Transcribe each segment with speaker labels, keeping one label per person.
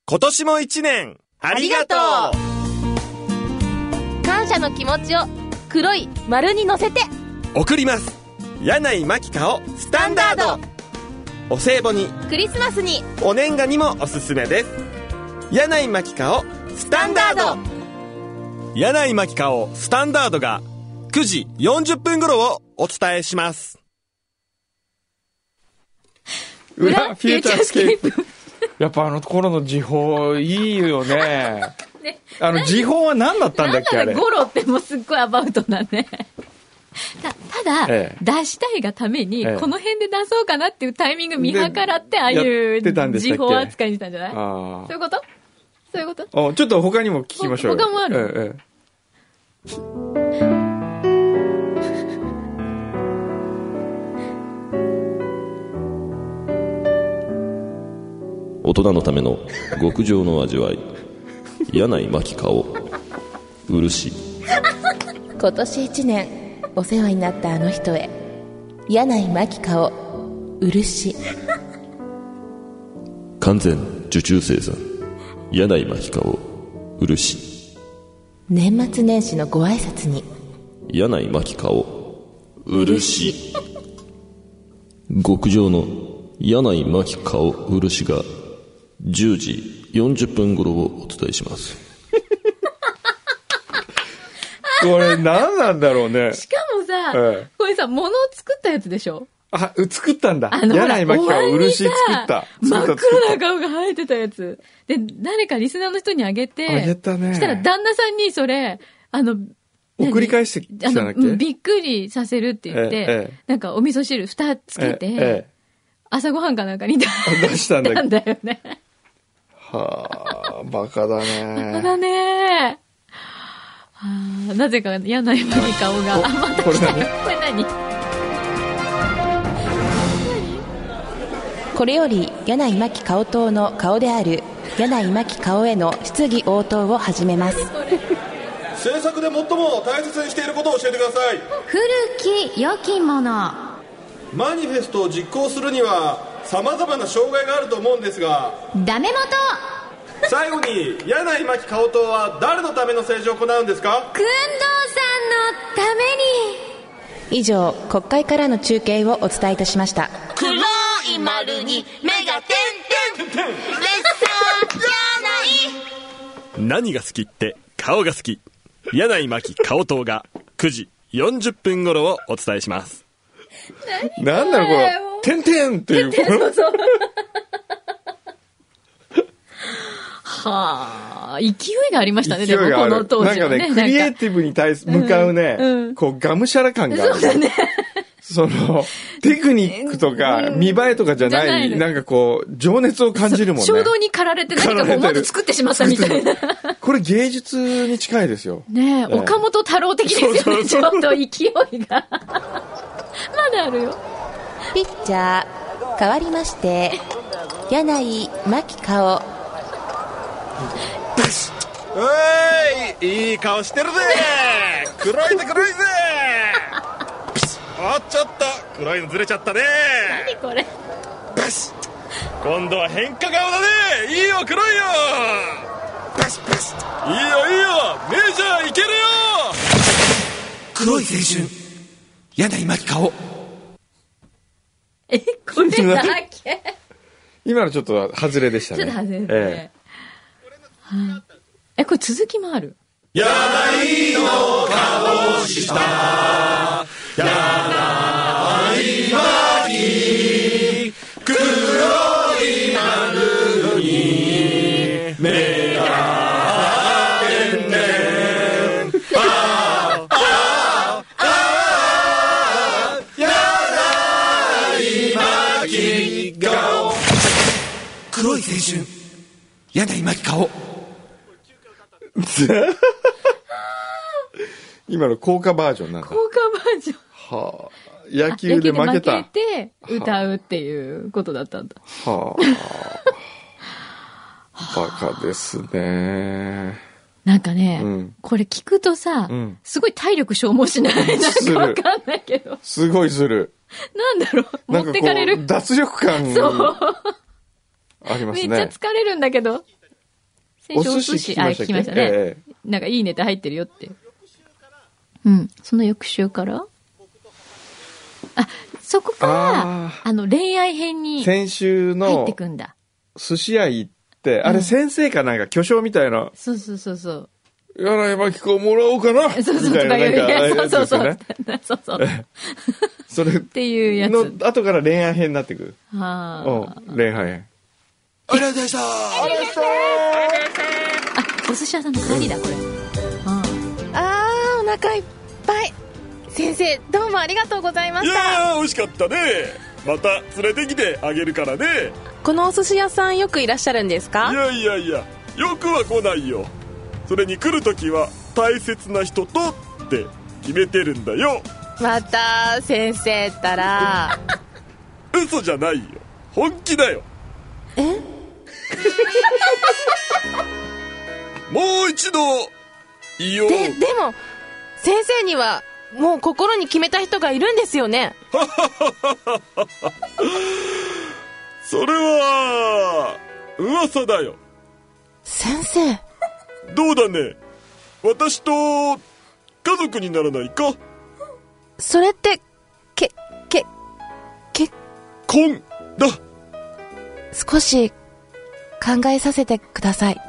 Speaker 1: 今年も1年ありがとう。
Speaker 2: 感謝の気持ちを黒い丸に乗せて
Speaker 1: 送ります。柳井真紀香をスタンダード。お歳暮に
Speaker 2: クリスマスに
Speaker 1: お年賀にもおすすめです。柳井真紀香をスタンダード。柳井真紀香をスタンダードが9時40分頃をお伝えします。
Speaker 3: 裏フューチャースケープやっぱあの頃の時報いいよね。
Speaker 2: ね、
Speaker 3: 時報は何だったんだっけあれ。
Speaker 2: ゴロってもうすっごいアバウトだね。ただ、出したいがために、この辺で出そうかなっていうタイミング見計らって、ああいう時報扱いにしたんじゃない？そういうこと？そういうこと？
Speaker 3: ちょっと他にも聞きましょうよ。
Speaker 2: 他もある？
Speaker 4: 大人のための極上の味わい。柳井真紀香を漆。
Speaker 5: 今年1年お世話になったあの人へ、柳井真紀香を漆。
Speaker 4: 完全受注生産。柳井真紀香を漆。
Speaker 5: 年末年始のご挨拶に、
Speaker 4: 柳井真紀香を漆。極上の柳井真紀香を漆が10時40分頃をお伝えします。
Speaker 3: これ何なんだろうね。
Speaker 2: しかもさ、これさ、物を作ったやつでしょ？
Speaker 3: 作ったんだ。柳井真紀香を漆作った。
Speaker 2: 真っ黒な顔が生えてたやつ。で、誰かリスナーの人にあげて。
Speaker 3: あげたね。
Speaker 2: したら旦那さんにそれ、
Speaker 3: 送り返してきたんだっけ？
Speaker 2: びっくりさせるって言って、なんかお味噌汁蓋つけて、朝ごはんかなんかに出したんだよね。
Speaker 3: はぁ、バカだね。
Speaker 2: バカだね。なぜか柳井真紀香が、また来た。これ何？
Speaker 5: これより柳井真紀香党の顔である柳井真紀香への質疑応答を始めます。
Speaker 1: 政策で最も大切にしていることを教えてください。
Speaker 2: 古き良きもの。
Speaker 1: マニフェストを実行するには様々な障害があると思うんですが、
Speaker 2: ダメ元。
Speaker 1: 最後に柳井真紀香党は誰のための政治を行うんですか？
Speaker 2: 工藤さんのために。
Speaker 5: 以上、国会からの中継をお伝えいたしました。
Speaker 6: 黒い丸に目が点々。レッサー柳井。
Speaker 1: 何が好きって顔が好き。柳井真紀香党が9時40分頃をお伝えします。
Speaker 3: なんだろうこの点々っていう。
Speaker 2: そうはあ、勢いがありましたね。でもこの当時はね。
Speaker 3: なんかね、クリエイティブに向かうね、こうがむしゃら感がある。
Speaker 2: そうだね。
Speaker 3: テクニックとか見栄えとかじゃない、なんかこう情熱を感じるもんね。
Speaker 2: 衝動に駆られて何かこうまず作ってしまったみたいな。
Speaker 3: これ芸術に近いですよ。
Speaker 2: ねえ、岡本太郎的ですよね。ちょっと勢いが。まだあるよ。
Speaker 5: ピッチャー変わりまして、柳井真紀香を。
Speaker 1: いい顔してるぜ。黒いぜ黒いぜ。ちょっと黒いのずれちゃったね。
Speaker 2: 何これ。
Speaker 1: 今度は変化顔だね。いいよ黒いよ。いいよいいよ、メジャーいけるよ。
Speaker 7: 黒い青春柳井真紀香を。
Speaker 2: これだけ。
Speaker 3: 今のちょっと外れでしたね。
Speaker 2: ちょっと外れて、これ続きもある。
Speaker 1: 柳の顔した柳井真紀、黒い丸に目が点々。柳井真紀顔。
Speaker 7: 黒い青春柳井真紀香を。
Speaker 3: 今の効果バージョンなんだ。
Speaker 2: 効果バージョン。
Speaker 3: はあ、野球で負けた。
Speaker 2: 負けて歌うっていうことだったんだ。
Speaker 3: はあ。バカですね。
Speaker 2: なんかね、これ聞くとさ、すごい体力消耗しない。なんかわかんないけど。
Speaker 3: すごいする。
Speaker 2: なんだろう、持ってかれる。
Speaker 3: 脱力感。
Speaker 2: そう。
Speaker 3: ありますね。
Speaker 2: めっちゃ疲れるんだけど。 先週お寿司、聞きましたね。なんかいいネタ入ってるよって。うん。その翌週からそこから、恋愛編に先週の入ってくんだ。
Speaker 3: 寿司屋行って、あれ先生かなんか巨匠みたいな。
Speaker 2: そうそうそうそう。
Speaker 3: 柳井真紀子をもらおうかなみたいななんか、そうそう。そうそう。それっていうやつ。の後から恋愛編になってくる。恋愛編。
Speaker 7: ありがとうございました。
Speaker 2: ありがとうございました。お寿司屋さんの帰りだ、これ。
Speaker 5: お腹いっぱい。先生、どうもありがとうございました。
Speaker 1: いやー、美味しかったね。また連れてきてあげるからね。
Speaker 5: このお寿司屋さんよくいらっしゃるんですか？
Speaker 1: いやいやいや、よくは来ないよ。それに来るときは大切な人とって決めてるんだよ。
Speaker 5: また先生ったら
Speaker 1: 嘘じゃないよ、本気だよ。もう一度言おう。
Speaker 5: でも先生にはもう心に決めた人がいるんですよね？
Speaker 1: それは噂だよ。
Speaker 5: 先生、
Speaker 1: どうだね、私と家族にならないか？
Speaker 5: それって結
Speaker 1: 婚だ。
Speaker 5: 少し考えさせてください。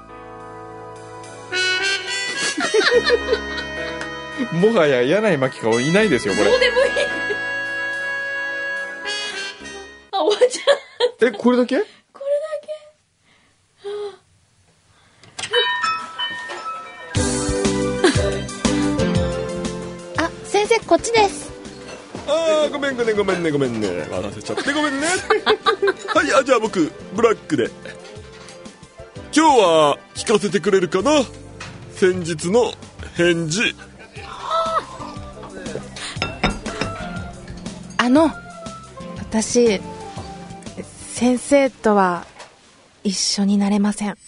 Speaker 3: もはや柳井真紀子いないですよ、これ。
Speaker 2: どうでもいい。終わっちゃう。
Speaker 3: これだけ？
Speaker 2: これだ
Speaker 5: け。先生、こっちです。
Speaker 1: ごめんね。笑わせちゃってごめんね。はい、じゃあ僕ブラックで。今日は聞かせてくれるかな、先日の返事。
Speaker 5: 私、先生とは一緒になれません。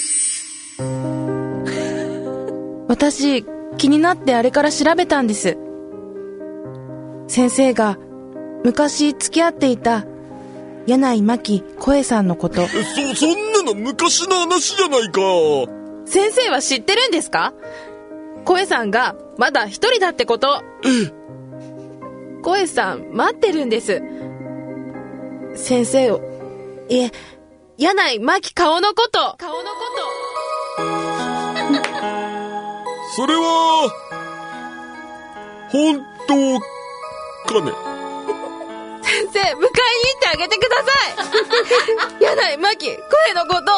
Speaker 5: 私、気になってあれから調べたんです。先生が昔付き合っていた柳井真紀声さんのこと。
Speaker 1: そんなの昔の話じゃないか。
Speaker 5: 先生は知ってるんですか？声さんがまだ一人だってこと。声さん待ってるんです。先生を、柳井真紀顔のこと。
Speaker 1: それは本当かね？
Speaker 5: 先生、迎えに行ってあげてください。柳井真紀声のこと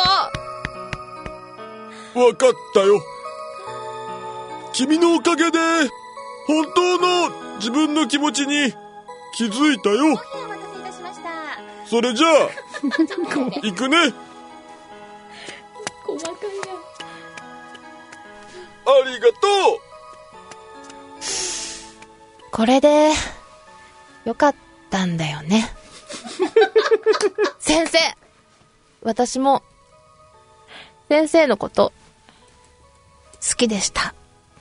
Speaker 1: を。分かったよ。君のおかげで本当の自分の気持ちに気づいたよ。それじゃあ行くね。
Speaker 2: 細かいな。
Speaker 1: ありがとう。
Speaker 5: これでよかったんだよね。先生、私も先生のこと好きでした。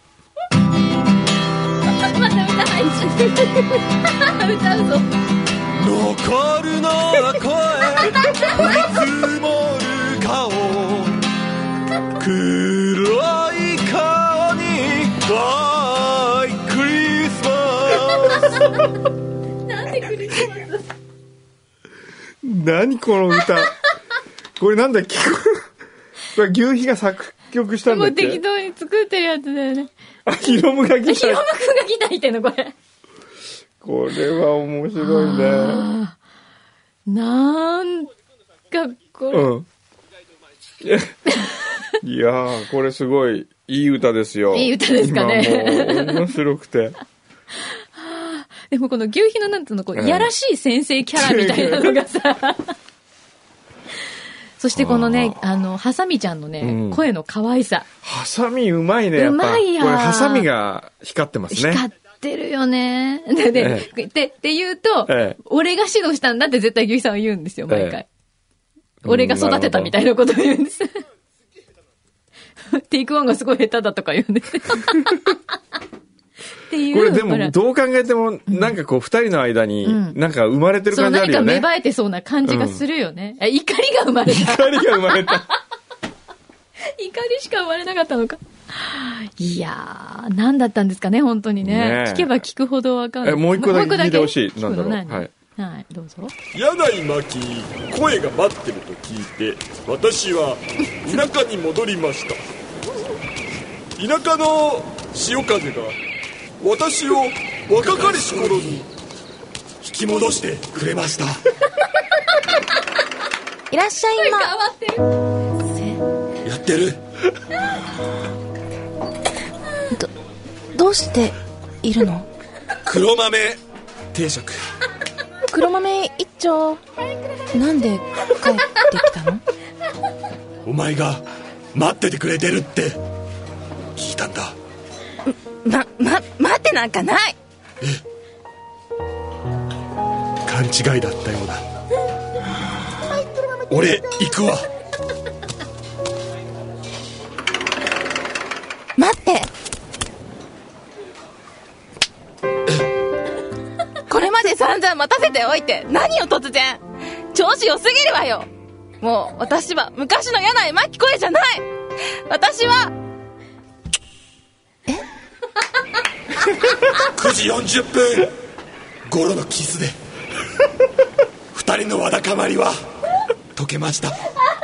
Speaker 2: また歌入っちゃう。歌うぞ。
Speaker 7: 残るのは声、降り積もる顔、黒い顔にバイクリスマス。
Speaker 2: なんでクリスマス？
Speaker 3: 何この歌。これなんだっけ。これ牛皮が作曲したんだっけ。
Speaker 2: もう適当に作ってるやつだよね。
Speaker 3: ヒロムがギター。
Speaker 2: ヒロムくんがギター弾いてんのこれ。
Speaker 3: これは面白いね。
Speaker 2: なんかこれ。
Speaker 3: いやー、これすごいいい歌ですよ。
Speaker 2: いい歌ですかね。
Speaker 3: 今もう面白くて。
Speaker 2: でもこの牛皮のなんつうの、こう、やらしい先生キャラみたいなのがさ。そしてこのね、ハサミちゃんのね、声の可愛さ。
Speaker 3: ハサミうまいね、やっぱ。うまいや。これハサミが光ってますね。
Speaker 2: 光ってるよね。って言うと、俺が指導したんだって絶対牛皮さんは言うんですよ、毎回。俺が育てたみたいなことを言うんです。テイクワンがすごい下手だとか言うんですよ。っていう。
Speaker 3: これでもどう考えてもなんかこう二人の間になんか生まれてる感じあるよね。
Speaker 2: そう、何か芽生えてそうな感じがするよね。怒りが生まれた。
Speaker 3: 怒りが生まれた。
Speaker 2: 怒りしか生まれなかったのか。いやー、何だったんですかね、本当にね。聞けば聞くほどわかんない。
Speaker 3: もう一個だけ聞いてほしい。なんだろう。はい。
Speaker 2: はい、どうぞ。
Speaker 1: 柳井真紀、声が待ってると聞いて、私は田舎に戻りました。田舎の潮風が私を若かりし頃に引き戻してくれました。
Speaker 5: いらっしゃいま。
Speaker 1: やってる。
Speaker 5: どうしているの？
Speaker 1: 黒豆定食。
Speaker 5: 黒豆一丁。なんで帰ってきたの？
Speaker 1: お前が待っててくれてるって聞いたんだ。
Speaker 5: 待ってなんかない。
Speaker 1: 勘違いだったようだ。俺行くわ。
Speaker 5: 待って。これまで散々待たせておいて何を突然。調子良すぎるわよ。もう私は昔の柳井真紀声じゃない。私は
Speaker 1: 9時40分頃のキスで二人のわだかまりは解けました。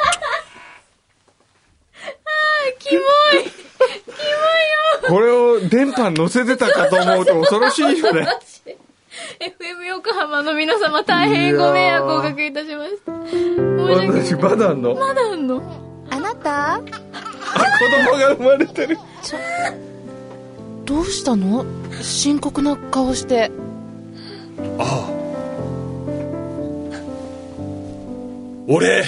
Speaker 2: キモいよ。
Speaker 3: これを電波に乗せてたかと思うと恐ろしいよね。
Speaker 2: FM 横浜の皆様大変ご迷惑をおかけいたしました。
Speaker 3: 私まだあんの？
Speaker 2: まだあんの？
Speaker 5: あなた？
Speaker 3: 子供が生まれてる。
Speaker 5: どうしたの？深刻な顔して。
Speaker 1: ああ、俺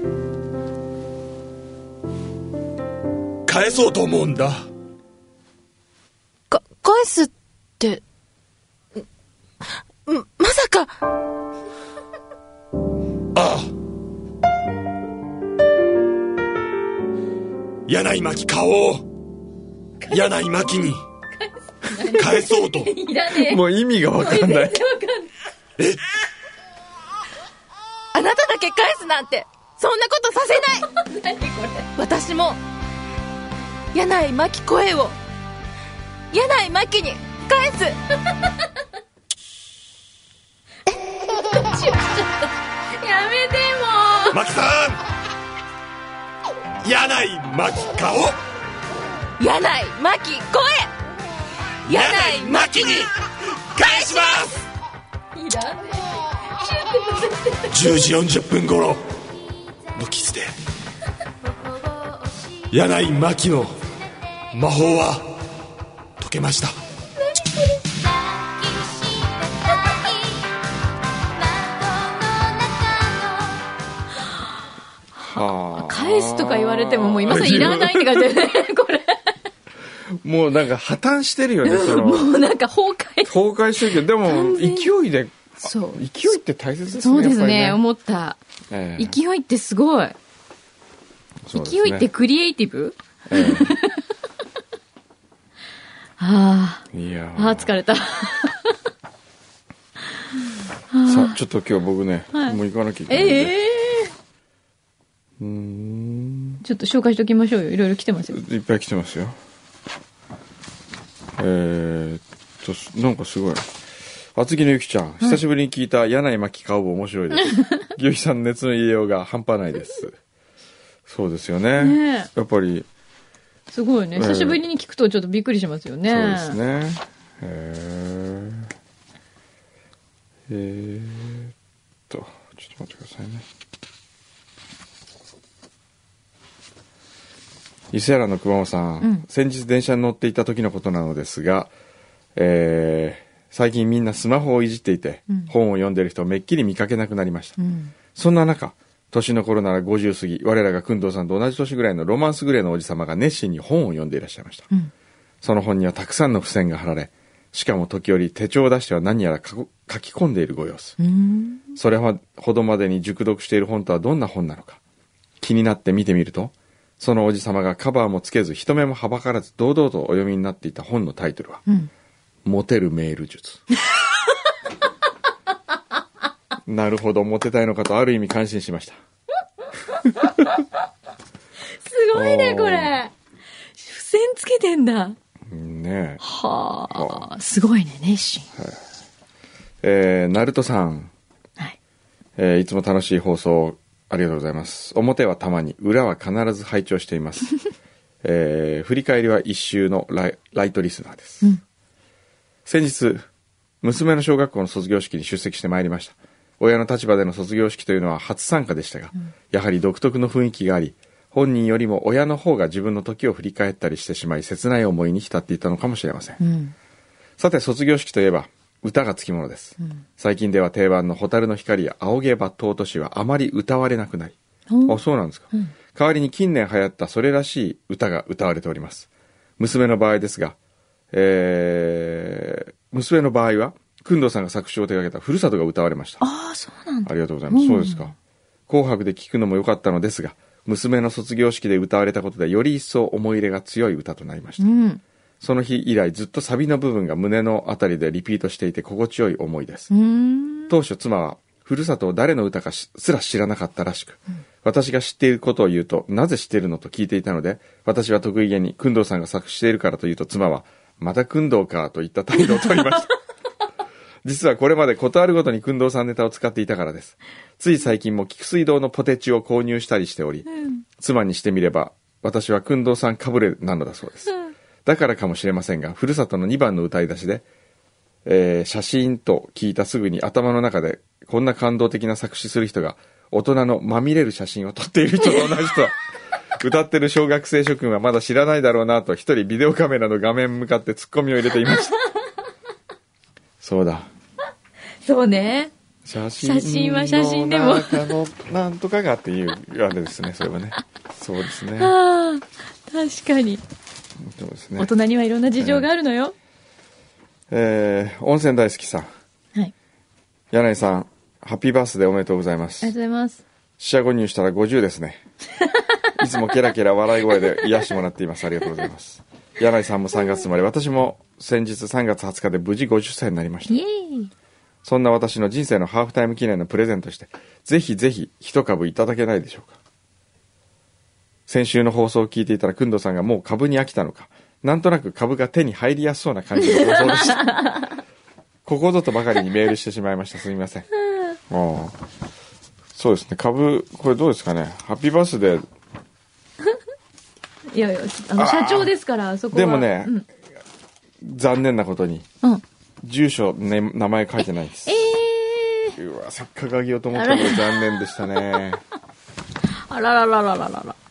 Speaker 1: 返そうと思うんだ。
Speaker 5: 返すってまさか。
Speaker 1: ああ、柳井真紀顔を柳井真紀に返そうと。
Speaker 3: もう意味が分かんない。
Speaker 5: あなただけ返すなんてそんなことさせない。私も柳井真紀声を柳井真紀に返す。
Speaker 2: やめてもう。
Speaker 1: 真紀さん、柳井真紀顔、
Speaker 5: 柳井真紀声、
Speaker 1: 柳井真紀に返します。
Speaker 2: いらね
Speaker 1: え。10時40分頃のキスで柳井真紀の魔法は解けました。
Speaker 2: 返すとか言われてももう今さいらないって感じだね。これ
Speaker 3: もうなんか破綻してるよね。
Speaker 2: もうなんか崩
Speaker 3: 壊してるけど、でも勢いで、そう勢いって大切ですね。
Speaker 2: そうですね、思った。勢いってすごい。勢いってクリエイティブ。ああ、疲れた。さ
Speaker 3: あちょっと今日僕ね、もう行かなきゃいけないんで。
Speaker 2: ちょっと紹介しておきましょうよ。いろいろ来てますよ。
Speaker 3: いっぱい来てますよ。なんかすごい。厚木のゆきちゃん、久しぶりに聞いた柳井真紀顔面白いです。ゆきさんの熱の入れようが半端ないです。そうですよね。やっぱり。
Speaker 2: すごいね。久しぶりに聞くとちょっとびっくりしますよね。
Speaker 3: そうですね。ちょっと待ってくださいね。伊勢原の熊本さん、先日電車に乗っていた時のことなのですが、最近みんなスマホをいじっていて、本を読んでいる人をめっきり見かけなくなりました。そんな中、年の頃なら50過ぎ、我らが工藤さんと同じ年ぐらいのロマンスグレーのおじさまが熱心に本を読んでいらっしゃいました。その本にはたくさんの付箋が貼られ、しかも時折手帳を出しては何やら書き込んでいるご様子。それほどまでに熟読している本とはどんな本なのか。気になって見てみると、そのおじさまがカバーもつけず人目もはばからず堂々とお読みになっていた本のタイトルは、モテるメール術。なるほど、モテたいのかとある意味感心しました。
Speaker 2: すごいね、これ。付箋つけてんだ。
Speaker 3: ねえ。
Speaker 2: はあ、すごいね、熱心。
Speaker 3: ナルトさん。はい。いつも楽しい放送ありがとうございます。表はたまに、裏は必ず拝聴しています。振り返りは一周のライトリスナーです。先日、娘の小学校の卒業式に出席してまいりました。親の立場での卒業式というのは初参加でしたが、やはり独特の雰囲気があり、本人よりも親の方が自分の時を振り返ったりしてしまい、切ない思いに浸っていたのかもしれません。さて、卒業式といえば歌がつきものです。最近では定番の蛍の光や青毛抜刀都市はあまり歌われなくなり、あ、そうなんですか。代わりに近年流行ったそれらしい歌が歌われております。娘の場合ですが、娘の場合は工藤さんが作詞を手掛けたふるさとが歌われました。
Speaker 2: ああ、そうなんだ。
Speaker 3: ありがとうございます。そうですか。紅白で聴くのも良かったのですが、娘の卒業式で歌われたことでより一層思い入れが強い歌となりました。その日以来ずっとサビの部分が胸のあたりでリピートしていて心地よい思いです。当初妻はふるさとを誰の歌かすら知らなかったらしく、私が知っていることを言うと、なぜ知っているのと聞いていたので、私は得意げに工藤さんが作詞しているからと言うと、妻はまた工藤かといった態度を取りました。実はこれまでことあるごとに工藤さんネタを使っていたからです。つい最近も菊水堂のポテチを購入したりしており、妻にしてみれば私は工藤さんかぶれなのだそうです。だからかもしれませんが、ふるさとの2番の歌い出しで、写真と聞いたすぐに頭の中でこんな感動的な作詞する人が大人のまみれる写真を撮っている人と同じとは歌ってる小学生諸君はまだ知らないだろうなと一人ビデオカメラの画面向かってツッコミを入れていました。そうだ。そうね。写真は写真でも。中のなんとかがっていうあれですね、それはね。そうですね。
Speaker 2: ああ、確かに。
Speaker 3: そうですね。
Speaker 2: 大人にはいろんな事情があるのよ。
Speaker 3: 温泉大好きさん。
Speaker 2: はい。
Speaker 3: 柳井さん、ハッピーバースデーおめでとうございます。
Speaker 2: ありがとうございます。
Speaker 3: 四捨五入したら50ですね。いつもケラケラ笑い声で癒してもらっています。ありがとうございます。柳井さんも3月生まれ、私も先日3月20日で無事50歳になりました。
Speaker 2: イエーイ。
Speaker 3: そんな私の人生のハーフタイム記念のプレゼントして、ぜひぜひ一株いただけないでしょうか。先週の放送を聞いていたら、工藤さんがもう株に飽きたのか、なんとなく株が手に入りやすそうな感じの放送でした。ここぞとばかりにメールしてしまいました。すみません。そうですね。株、これどうですかね。ハッピーバースデー。
Speaker 2: いやいや、社長ですから、そこは。
Speaker 3: でもね、残念なことに、住所、ね、名前書いてないです。うわ、せっかくあげようと思ったけど残念でしたね。
Speaker 2: あららららららら。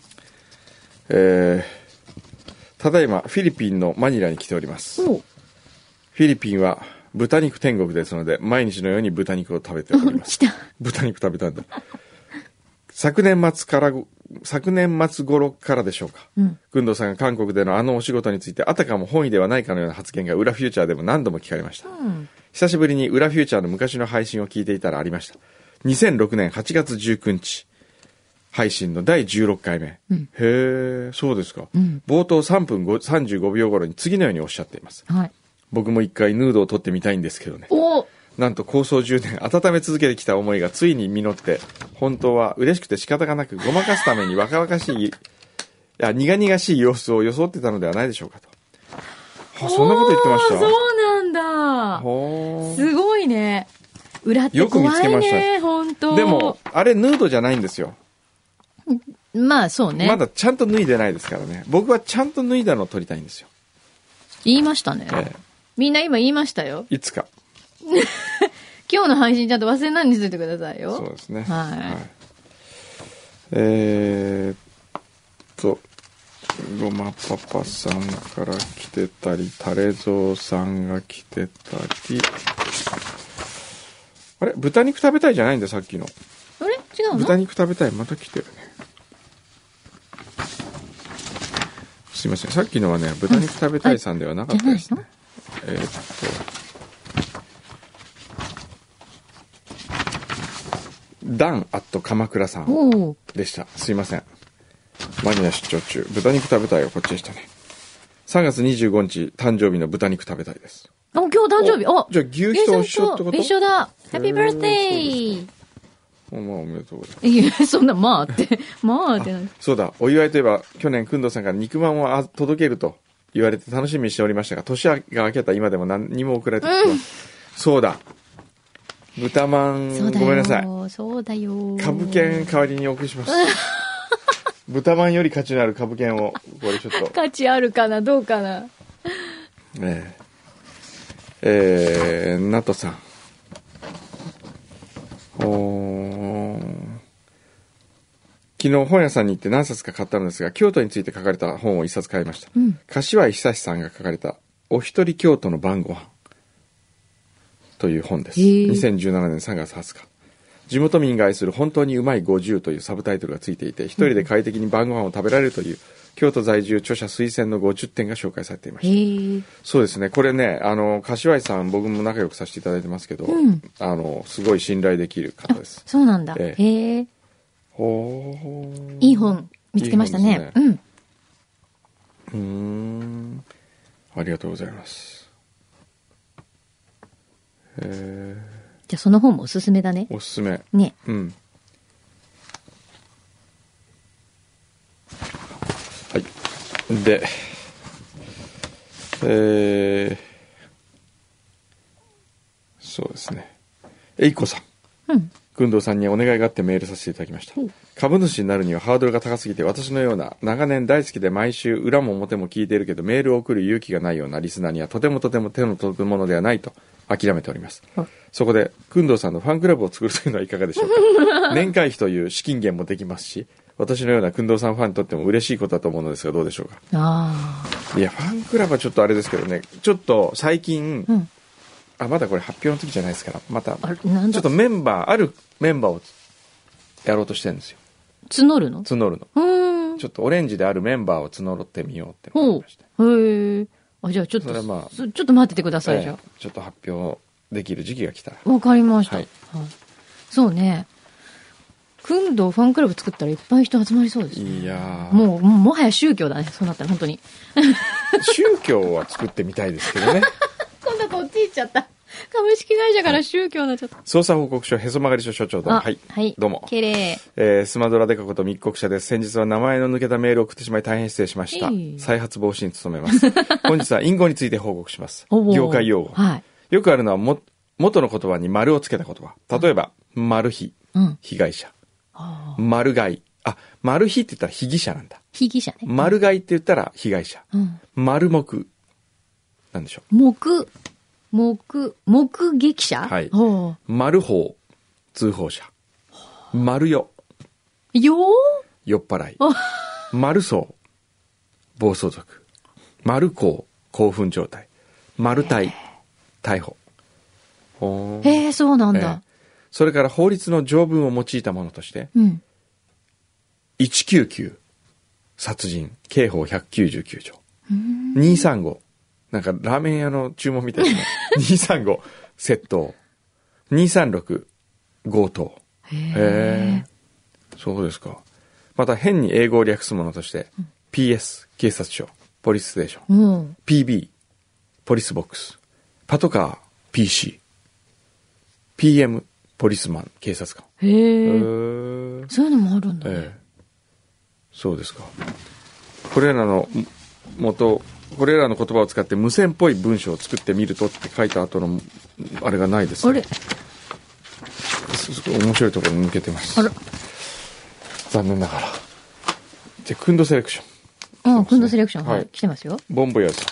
Speaker 3: ただいまフィリピンのマニラに来ております。フィリピンは豚肉天国ですので、毎日のように豚肉を食べております。豚肉食べたんだ。昨年末頃からでしょうか。工藤さんが韓国でのあのお仕事について、あたかも本意ではないかのような発言が裏フューチャーでも何度も聞かれました。久しぶりに裏フューチャーの昔の配信を聞いていたらありました。2006年8月19日配信の第16回目。へえ、そうですか。冒頭3分35秒頃に次のようにおっしゃっています。僕も一回ヌードを撮ってみたいんですけどね。なんと構想10年温め続けてきた思いがついに実って、本当は嬉しくて仕方がなくごまかすために若々しい、苦々しい様子を装ってたのではないでしょうかと。そんなこと言ってました。
Speaker 2: そうなんだ。すごいね。裏って怖いね。よく見つけました。本当。
Speaker 3: でもあれヌードじゃないんですよ。
Speaker 2: まあそうね。
Speaker 3: まだちゃんと脱いでないですからね。僕はちゃんと脱いだのを撮りたいんですよ。
Speaker 2: 言いましたね。みんな今言いましたよ。
Speaker 3: いつか。
Speaker 2: 今日の配信ちゃんと忘れないようにしといてくださいよ。
Speaker 3: そうですね。
Speaker 2: はい。
Speaker 3: ごまパパさんから来てたり、タレゾウさんが来てたり。あれ、豚肉食べたいじゃないんだ、さっきの。
Speaker 2: あれ違うの？
Speaker 3: 豚肉食べたい、また来てるね。すいません、さっきのはね、豚肉食べたいさんではなかったですね。ダンアット鎌倉さんでした。すいません。マニラ出張中。豚肉食べたいよ、こっちでしたね。3月25日、誕生日の豚肉食べたいです。
Speaker 2: 今日誕生日。
Speaker 3: じゃあ牛と一緒ってこと？
Speaker 2: 一緒だ。ハッピーバースデー。
Speaker 3: まあおめでとうございます。
Speaker 2: いや、そんな、まあって、まあって。
Speaker 3: そうだ、お祝いといえば、去年、くんどうさんから肉まんを届けると言われて楽しみにしておりましたが、年が明けた今でも何にも送られてきてます。そうだ。豚まん、ごめんなさい。
Speaker 2: そうだよ。
Speaker 3: 株券代わりにお送りします。豚まんより価値のある株券を、これちょっと。
Speaker 2: 価値あるかな、どうかな。
Speaker 3: ナトさん。昨日本屋さんに行って何冊か買ったのですが、京都について書かれた本を一冊買いました。柏井久志さんが書かれたお一人京都の晩ご飯という本です。2017年3月20日。地元民が愛する本当にうまい50というサブタイトルがついていて、一人で快適に晩ご飯を食べられるという京都在住著者推薦の50点が紹介されていました。そうですね。これね、柏井さん、僕も仲良くさせていただいてますけど、すごい信頼できる方です。
Speaker 2: そうなんだ。へえ。いい本見つけましたね。
Speaker 3: ありがとうございます。
Speaker 2: じゃあその本もおすすめだね。
Speaker 3: おすすめ。
Speaker 2: ね。
Speaker 3: はい。で、そうですね。えいこさん。くんどうさんにお願いがあってメールさせていただきました。株主になるにはハードルが高すぎて、私のような長年大好きで毎週裏も表も聞いているけどメールを送る勇気がないようなリスナーにはとても手の届くものではないと諦めております。そこでくんどうさんのファンクラブを作るというのはいかがでしょうか。年会費という資金源もできますし、私のようなくんどうさんファンにとっても嬉しいことだと思うのですがどうでしょうか。いや、ファンクラブはちょっとあれですけどね、ちょっと最近、まだこれ発表の時じゃないですから、またちょっとあるメンバーをやろうとしてるんですよ。
Speaker 2: 募るの。
Speaker 3: ちょっとオレンジであるメンバーを募ってみようって思いました。
Speaker 2: じゃあちょっとちょっと待っててください。じゃあ
Speaker 3: ちょっと発表できる時期が来たら。
Speaker 2: わかりました。そうね。くんどうファンクラブ作ったらいっぱい人集まりそうですね。
Speaker 3: いや
Speaker 2: もはや宗教だね。そうなったら本当に。
Speaker 3: 宗教は作ってみたいですけどね。
Speaker 2: 今度こっち行っちゃった。株式会社から宗教になっちゃった。
Speaker 3: 捜査報告書へそ曲がり署署長どうも。はい。どうも。
Speaker 2: けれ
Speaker 3: スマドラデカこと密告者です。先日は名前の抜けたメールを送ってしまい大変失礼しました。再発防止に努めます。本日は隠語について報告します。業界用語。よくあるのは元の言葉に丸をつけた言葉。例えば、マル被、被害者。丸買い。マル被って言ったら被疑者なんだ。
Speaker 2: 被疑者ね。
Speaker 3: 丸買いって言ったら被害者。丸目。なんでしょう。
Speaker 2: 目撃者。
Speaker 3: はい。丸法、通報者。丸酔。酔っ払い。丸走、暴走族。丸行、興奮状態。丸体、逮捕。
Speaker 2: そうなんだ。
Speaker 3: それから法律の条文を用いたものとして、199、殺人、刑法199条。235、なんかラーメン屋の注文みたいですね。235、窃盗。236、強盗。そうですか。また変に英語を略すものとして、PS、警察署、ポリスステーション。PB、ポリスボックス。パトカー、PC。PM、ポリスマン、警察官。
Speaker 2: そういうのもあるんだね。
Speaker 3: そうですか。これらの言葉を使って無線っぽい文章を作ってみるとって書いた後のあれがないですね。面白いところに抜けてます。残念ながら。じゃあ、クンドセレクション。
Speaker 2: クンドセレクション。はい。来てますよ。
Speaker 3: ボンボヤーズさん。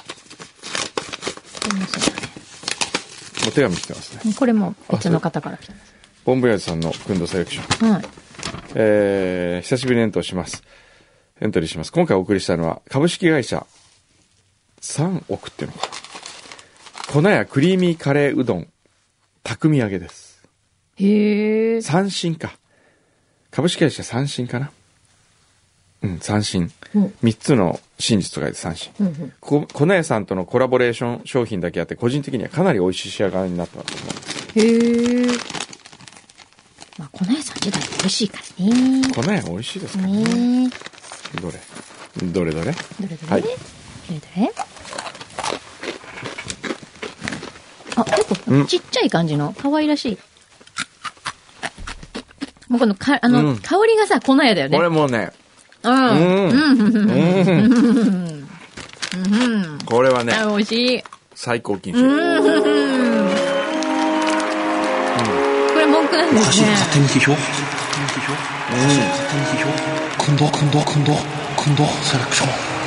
Speaker 3: もう手紙来てますね。
Speaker 2: これも別の方から来てます。
Speaker 3: ボンボヤーズさんのクンドセレクション。久しぶりにエントリーします。今回お送りしたのは株式会社3億っていうのかな。粉やクリーミーカレーうどん匠揚げです。三振か。株式会社三振かな。三振。3つの真実と書いて三振。粉屋さんとのコラボレーション商品だけあって個人的にはかなり美味しい仕上がりになったと思うんです。
Speaker 2: 粉屋さん自体美味しいからね。
Speaker 3: 粉屋美味しいですからね。どれはい。結構ちっちゃい感じの可愛らしい。
Speaker 2: もうこの香りがさ、粉屋だよね。
Speaker 3: これもうね、これはね、
Speaker 2: 美味しい。
Speaker 3: 最高金賞。こ
Speaker 2: れ文句なんですね。
Speaker 7: 勝手に批評。勝手に批評。くんどセレクション。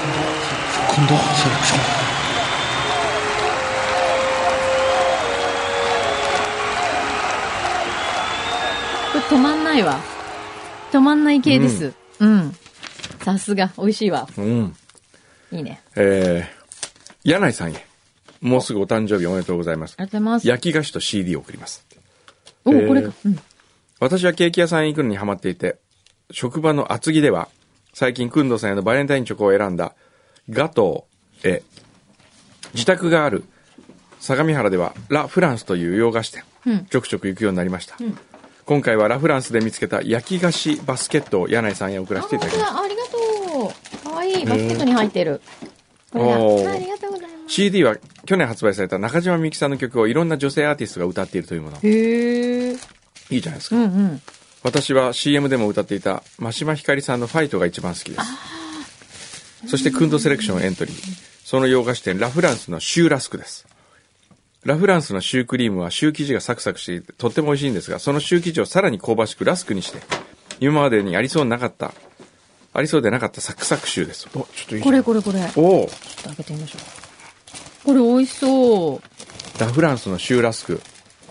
Speaker 2: これ止まんないわ。止まんない系です。さすが、美味しいわ。いいね。
Speaker 3: 柳井さんへ。もうすぐお誕生日おめでとうございます。
Speaker 2: ありがとうございます。
Speaker 3: 焼き菓子と CD を送ります。
Speaker 2: これか。
Speaker 3: 私はケーキ屋さんに行くのにハマっていて、職場の厚木では、最近、くんどさんへのバレンタインチョコを選んだ、ガトーへ、自宅がある、相模原では、ラ・フランスという洋菓子店、ちょくちょく行くようになりました。今回はラ・フランスで見つけた焼き菓子バスケットを柳井さんへ送らせていただきました。
Speaker 2: ありがとう。かわいい。バスケットに入ってる。これだ。ありがとうございます。
Speaker 3: CD は去年発売された中島みゆきさんの曲をいろんな女性アーティストが歌っているというもの。
Speaker 2: へー。
Speaker 3: いいじゃないですか。私は CM でも歌っていた真島ひかりさんのファイトが一番好きです。そしてクンドセレクションエントリー。その洋菓子店ラ・フランスのシューラスクです。ラ・フランスのシュークリームはシュー生地がサクサクしていてとっても美味しいんですが、そのシュー生地をさらに香ばしくラスクにして、今までにありそうでなかったサクサクシューです。
Speaker 2: ちょっといいこれ。ちょっと開けてみましょう。これ美味しそう。
Speaker 3: ラ・フランスのシューラスク。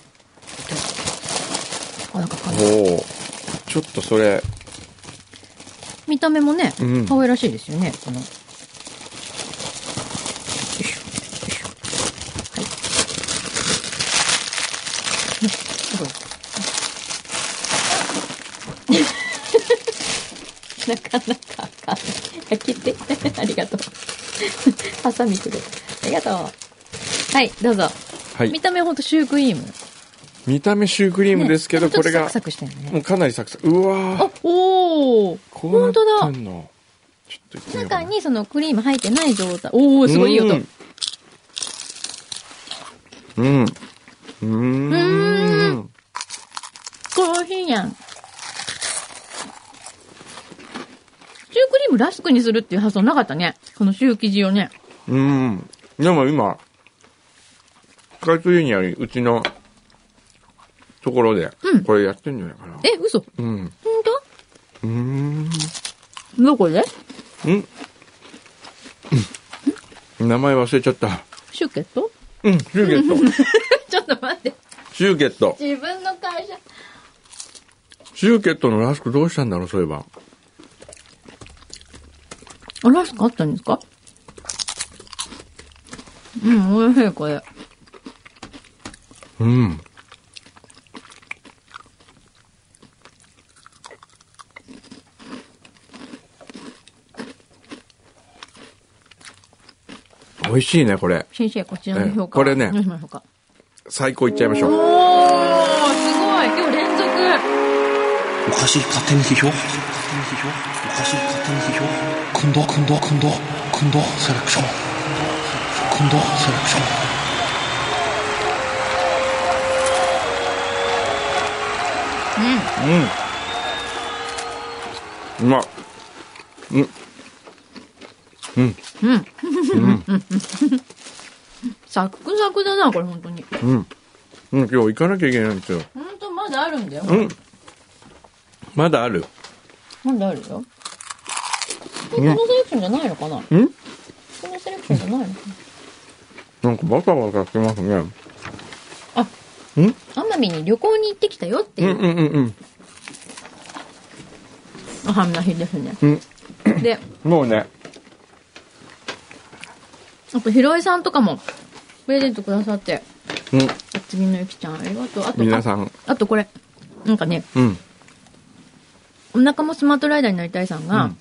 Speaker 3: ちょっとそれ。
Speaker 2: 見た目もね、可愛らしいですよね。この。はい。なかなか開けてありがとう。ハサミくれ。ありがとう。はい、どうぞ。はい。見た目ほんとシュークリーム。
Speaker 3: 見た目シュークリームですけど、これが
Speaker 2: サクサクしてるね。
Speaker 3: もうかなりサクサク。うわー。
Speaker 2: おー。
Speaker 3: 本当だ。
Speaker 2: ちょっと中にそのクリーム入ってない状態。おー、すごいいい音。これ美味しいやん。シュークリームラスクにするっていう発想なかったね。このシュー生地をね。
Speaker 3: でも今、スカイツリーにあるうちのところで、これやってんじゃないかな。
Speaker 2: 嘘？ほんと？どこで？
Speaker 3: 名前忘れちゃった。
Speaker 2: シューケット？
Speaker 3: シューケット。
Speaker 2: ちょっと待って。
Speaker 3: シューケット。
Speaker 2: 自分の会社。
Speaker 3: シューケットのラスクどうしたんだろう、そういえば。
Speaker 2: ラスクあったんですか？美味しい、これ。
Speaker 3: 美味しいね、これ。
Speaker 2: 先生、こちらの評価。
Speaker 3: これね、
Speaker 2: どうしましょうか。
Speaker 3: 最高いっちゃいましょう。
Speaker 2: すごい、今日連続。
Speaker 7: おかしい、勝手に批評。おかしい、勝手に批評。くんどセレクション。
Speaker 3: うまっ。
Speaker 2: サクサクだな、これ本当に。
Speaker 3: 今日行かなきゃいけないんですよ。
Speaker 2: 本当まだあるんだよ。
Speaker 3: まだある。
Speaker 2: まだあるよ。このセレクションじゃないのかな？このセレクションじゃないのか
Speaker 3: な？なんかバタバタしてますね。
Speaker 2: 奄美に旅行に行ってきたよっていう。お花の日ですね。で、
Speaker 3: もうね。
Speaker 2: あと、ひろいさんとかも、プレゼントくださって。次のゆきちゃん、ありがとう。あと、
Speaker 3: 皆さん。
Speaker 2: あとこれ、なんかね、お腹もスマートライダーになりたいさんが、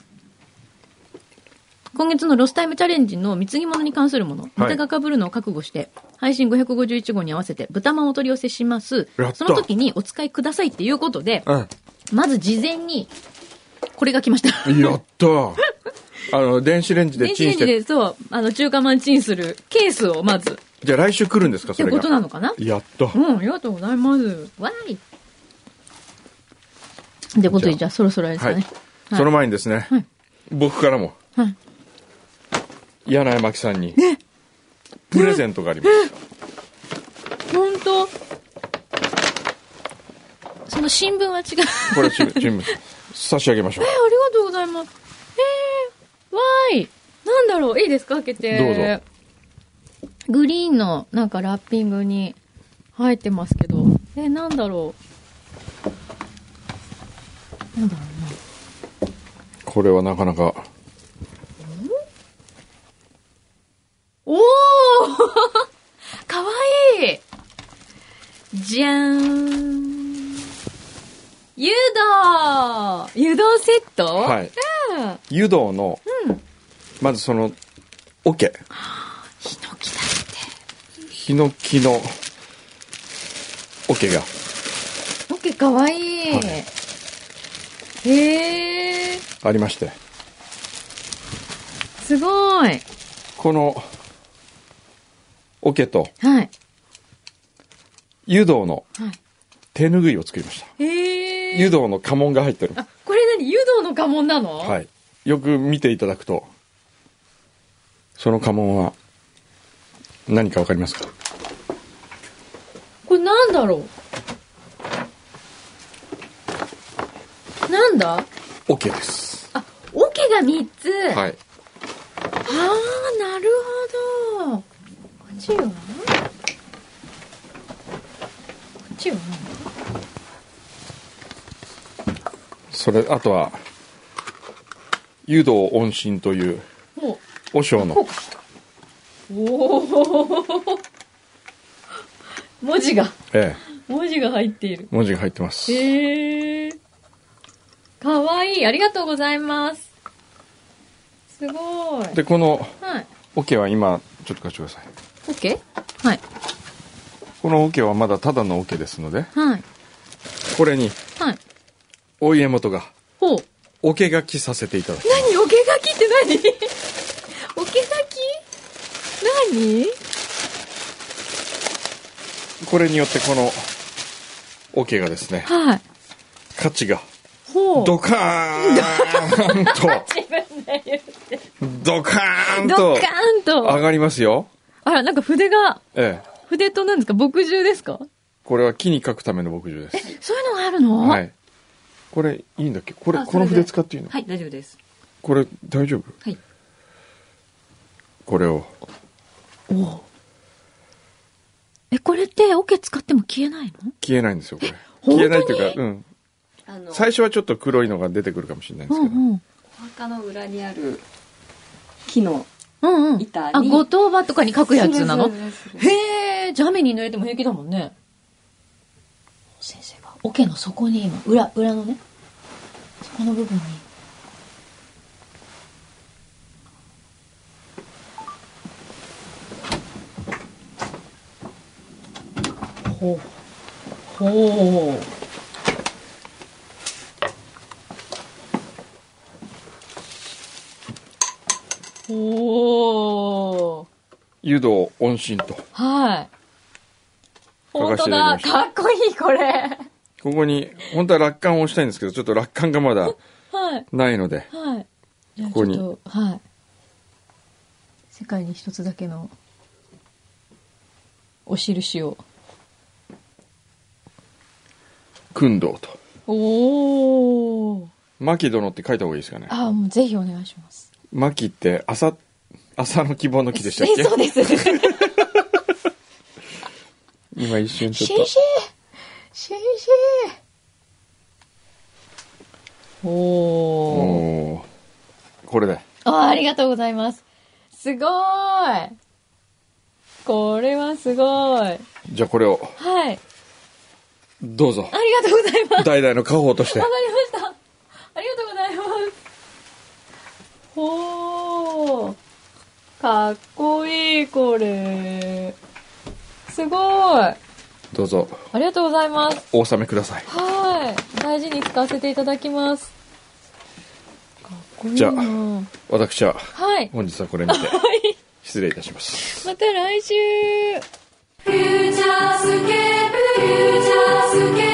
Speaker 2: 今月のロスタイムチャレンジの貢ぎ物に関するもの、ネタが被るのを覚悟して、配信551号に合わせて豚まんをお取り寄せします。その時にお使いくださいっていうことで、まず事前に、これが来ました。
Speaker 3: やった電子レンジでチンして。
Speaker 2: 電子レンジで、そう、中華まんチンするケースをまず。
Speaker 3: じゃあ来週来るんですか、それが。
Speaker 2: ってことなのかな？
Speaker 3: やった。
Speaker 2: ありがとうございます。わーい。 ってことで、じゃあそろそろですかね。
Speaker 3: はい、その前にですね、僕からも、柳井真紀さんに、プレゼントがあります。
Speaker 2: 本当？その新聞は違う。
Speaker 3: これ新聞差し上げましょう。
Speaker 2: ありがとうございます。わーい。なんだろう、いいですか、開けて。
Speaker 3: どうぞ。
Speaker 2: グリーンのなんかラッピングに入ってますけど、なんだろう。なんだろうな。
Speaker 3: これはなかなか。
Speaker 2: おーかわいい。じゃーん。湯道セット？
Speaker 3: はい。湯道の、まずその、桶。
Speaker 2: ヒノキだって。
Speaker 3: ヒノキの桶が。
Speaker 2: 桶かわいい。へー。
Speaker 3: ありまして。
Speaker 2: すごい。
Speaker 3: この、桶と、
Speaker 2: 湯
Speaker 3: 湯道の手ぬぐいを作りました。湯道の家紋が入ってる。
Speaker 2: あ、これ何？湯道の家紋なの？
Speaker 3: はい。よく見ていただくと、その家紋は何かわかりますか？
Speaker 2: これなんだろう？なんだ？
Speaker 3: 桶です。
Speaker 2: あ、桶が3つ。
Speaker 3: はい。
Speaker 2: ああ、なるほど。こっちは？こっちは何だ？
Speaker 3: それ、あとは、湯道音信という、和尚の。
Speaker 2: おお。文字が。文字が入っている。
Speaker 3: 文字が入ってます。
Speaker 2: かわいい。ありがとうございます。すごい。
Speaker 3: で、この、桶は今、ちょっと貸してください。
Speaker 2: 桶？はい。
Speaker 3: この桶はまだただの桶ですので、
Speaker 2: はい。
Speaker 3: これに、お家元が、桶書きさせていただきます。
Speaker 2: 何？桶書きって何？桶書き？何？
Speaker 3: これによってこの桶がですね、価値がドカーンと
Speaker 2: 自分で言って
Speaker 3: ドカーンと上がりますよ。
Speaker 2: あら、なんか筆が、筆と何ですか？墨汁ですか？
Speaker 3: これは木に書くための墨汁です。
Speaker 2: そういうのがあるの？
Speaker 3: はい。これいいんだっけ？この筆使っていいの？
Speaker 2: はい、大丈夫です。
Speaker 3: これ大丈夫？
Speaker 2: はい。
Speaker 3: これを。
Speaker 2: これって桶使っても消えないの？
Speaker 3: 消えないんですよ、これ。消えないっていうか、最初はちょっと黒いのが出てくるかもしれないんですけど。
Speaker 8: お墓の裏にある木の板に。
Speaker 2: 後藤場とかに書くやつなの？へー、じゃあ雨に濡れても平気だもんね。先生が桶の底に今、裏のね、そこの部分に。ほう。おー。
Speaker 3: 湯道音信と。
Speaker 2: はい。本当だ、かっこいい、これ。
Speaker 3: ここに、本当は落款を押したいんですけど、ちょっと落款がまだないので、
Speaker 2: ここに。はい。世界に一つだけのお印を。
Speaker 3: 訓導と。
Speaker 2: おー。
Speaker 3: 牧殿って書いた方がいいですかね。
Speaker 2: もうぜひお願いします。
Speaker 3: 牧って朝の希望の木でしたっけ？
Speaker 2: そうです。
Speaker 3: 今一瞬ちょっと。
Speaker 2: シェおー。
Speaker 3: これで。
Speaker 2: ありがとうございます。すごーい。これはすごい。
Speaker 3: じゃあこれを。
Speaker 2: はい。
Speaker 3: どうぞ。
Speaker 2: ありがとうございます。
Speaker 3: 代々の家宝として。
Speaker 2: わかりました。ありがとうございます。ほー。かっこいい、これ。すごい。
Speaker 3: どうぞ。
Speaker 2: ありがとうございます。
Speaker 3: お納めください。
Speaker 2: はい。大事に使わせていただきます。かっこいいな。
Speaker 3: じゃあ、私は、本日はこれにて、失礼いたします。
Speaker 2: また来週。
Speaker 6: フューチャースケープ、フューチャースケープ